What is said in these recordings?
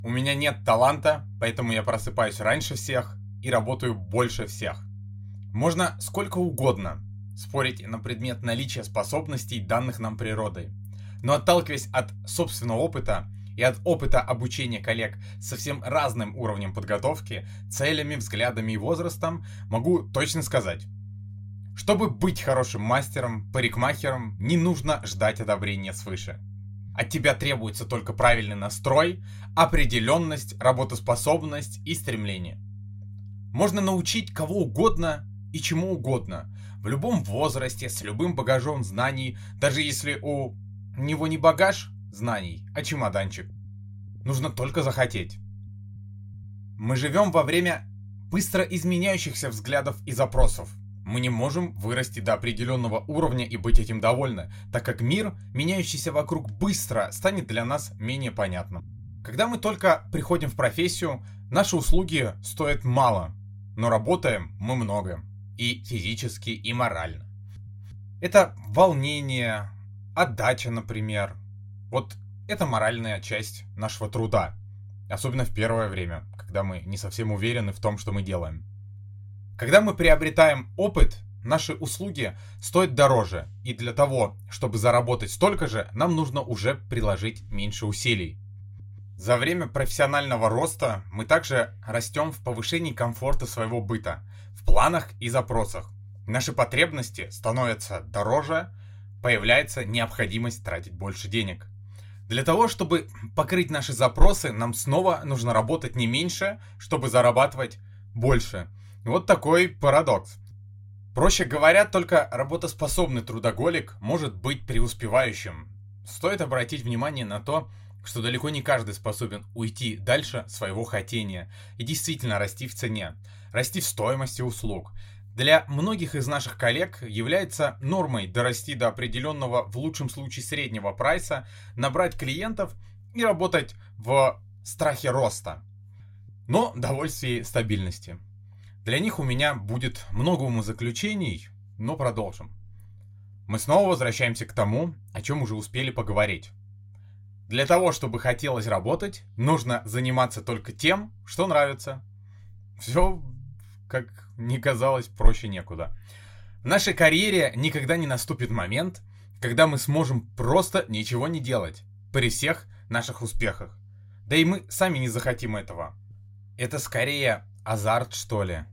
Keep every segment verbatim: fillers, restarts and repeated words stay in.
У меня нет таланта, поэтому я просыпаюсь раньше всех и работаю больше всех. Можно сколько угодно спорить на предмет наличия способностей, данных нам природой. Но отталкиваясь от собственного опыта и от опыта обучения коллег с совсем разным уровнем подготовки, целями, взглядами и возрастом, могу точно сказать: чтобы быть хорошим мастером, парикмахером, не нужно ждать одобрения свыше. От тебя требуется только правильный настрой, определенность, работоспособность и стремление. Можно научить кого угодно и чему угодно, в любом возрасте, с любым багажом знаний, даже если у него не багаж знаний, а чемоданчик. Нужно только захотеть. Мы живем во время быстро изменяющихся взглядов и запросов. Мы не можем вырасти до определенного уровня и быть этим довольны, так как мир, меняющийся вокруг быстро, станет для нас менее понятным. Когда мы только приходим в профессию, наши услуги стоят мало, но работаем мы много, и физически, и морально. Это волнение, отдача, например. Вот это моральная часть нашего труда, особенно в первое время, когда мы не совсем уверены в том, что мы делаем. Когда мы приобретаем опыт, наши услуги стоят дороже, и для того, чтобы заработать столько же, нам нужно уже приложить меньше усилий. За время профессионального роста мы также растем в повышении комфорта своего быта, в планах и запросах. Наши потребности становятся дороже, появляется необходимость тратить больше денег. Для того, чтобы покрыть наши запросы, нам снова нужно работать не меньше, чтобы зарабатывать больше. Вот такой парадокс. Проще говоря, только работоспособный трудоголик может быть преуспевающим. Стоит обратить внимание на то, что далеко не каждый способен уйти дальше своего хотения и действительно расти в цене, расти в стоимости услуг. Для многих из наших коллег является нормой дорасти до определенного, в лучшем случае среднего прайса, набрать клиентов и работать в страхе роста, но довольствии и стабильности. Для них у меня будет много умозаключений, но продолжим. Мы снова возвращаемся к тому, о чем уже успели поговорить. Для того, чтобы хотелось работать, нужно заниматься только тем, что нравится. Все, как ни казалось, проще некуда. В нашей карьере никогда не наступит момент, когда мы сможем просто ничего не делать при всех наших успехах. Да и мы сами не захотим этого. Это скорее азарт, что ли.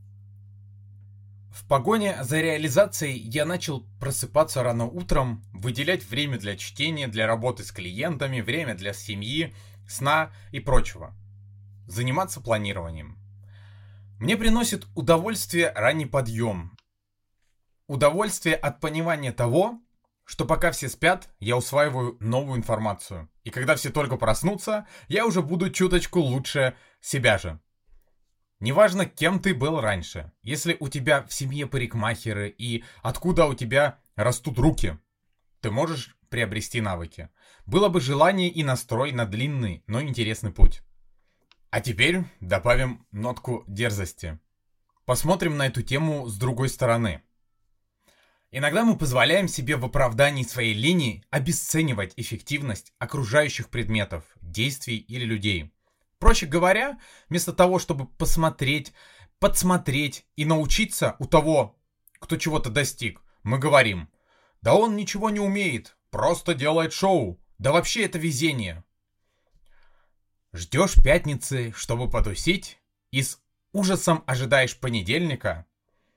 В погоне за реализацией я начал просыпаться рано утром, выделять время для чтения, для работы с клиентами, время для семьи, сна и прочего. Заниматься планированием. Мне приносит удовольствие ранний подъем. Удовольствие от понимания того, что пока все спят, я усваиваю новую информацию. И когда все только проснутся, я уже буду чуточку лучше себя же. Неважно, кем ты был раньше, если у тебя в семье парикмахеры и откуда у тебя растут руки, ты можешь приобрести навыки. Было бы желание и настрой на длинный, но интересный путь. А теперь добавим нотку дерзости. Посмотрим на эту тему с другой стороны. Иногда мы позволяем себе в оправдании своей линии обесценивать эффективность окружающих предметов, действий или людей. Проще говоря, вместо того, чтобы посмотреть, подсмотреть и научиться у того, кто чего-то достиг, мы говорим: да он ничего не умеет, просто делает шоу, да вообще это везение. Ждешь пятницы, чтобы потусить, и с ужасом ожидаешь понедельника.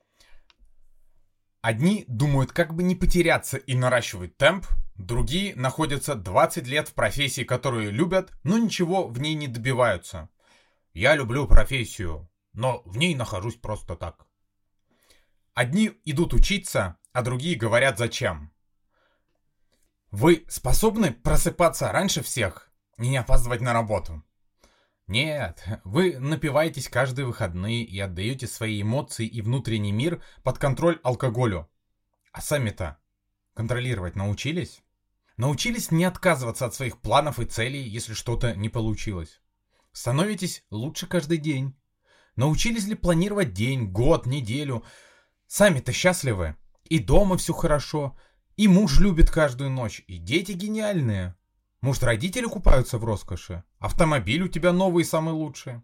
Одни думают, как бы не потеряться и наращивают темп, другие находятся двадцать лет в профессии, которую любят, но ничего в ней не добиваются. Я люблю профессию, но в ней нахожусь просто так. Одни идут учиться, а другие говорят зачем. Вы способны просыпаться раньше всех и не опаздывать на работу? Нет, вы напиваетесь каждые выходные и отдаете свои эмоции и внутренний мир под контроль алкоголю. А сами-то контролировать научились? Научились не отказываться от своих планов и целей, если что-то не получилось? Становитесь лучше каждый день? Научились ли планировать день, год, неделю? Сами-то счастливы? И дома все хорошо, и муж любит каждую ночь, и дети гениальные. Может, родители купаются в роскоши? Автомобиль у тебя новый, самый лучший.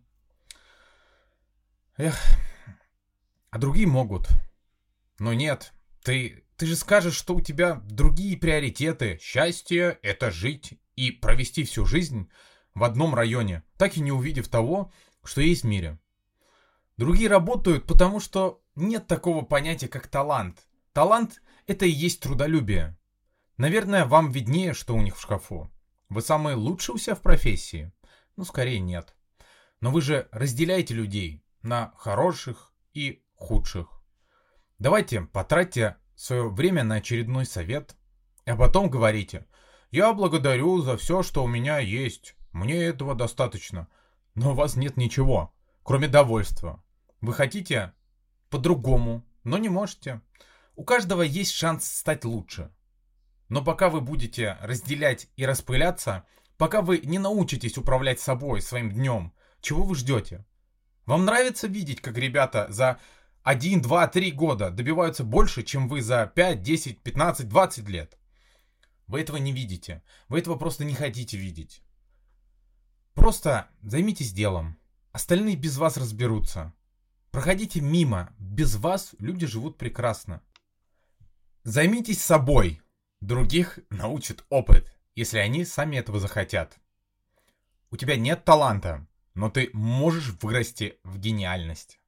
Эх, а другие могут. Но нет, ты, ты же скажешь, что у тебя другие приоритеты. Счастье — это жить и провести всю жизнь в одном районе, так и не увидев того, что есть в мире. Другие работают, потому что нет такого понятия, как талант. Талант — это и есть трудолюбие. Наверное, вам виднее, что у них в шкафу. Вы самые лучшие у себя в профессии? Ну, скорее нет. Но вы же разделяете людей на хороших и худших. Давайте потратьте свое время на очередной совет, а потом говорите: «Я благодарю за все, что у меня есть. Мне этого достаточно». Но у вас нет ничего, кроме довольства. Вы хотите по-другому, но не можете. У каждого есть шанс стать лучше. Но пока вы будете разделять и распыляться, пока вы не научитесь управлять собой, своим днем, чего вы ждете? Вам нравится видеть, как ребята за один, два, три года добиваются больше, чем вы за пять, десять, пятнадцать, двадцать лет? Вы этого не видите. Вы этого просто не хотите видеть. Просто займитесь делом. Остальные без вас разберутся. Проходите мимо. Без вас люди живут прекрасно. Займитесь собой. Других научит опыт, если они сами этого захотят. У тебя нет таланта, но ты можешь вырасти в гениальность.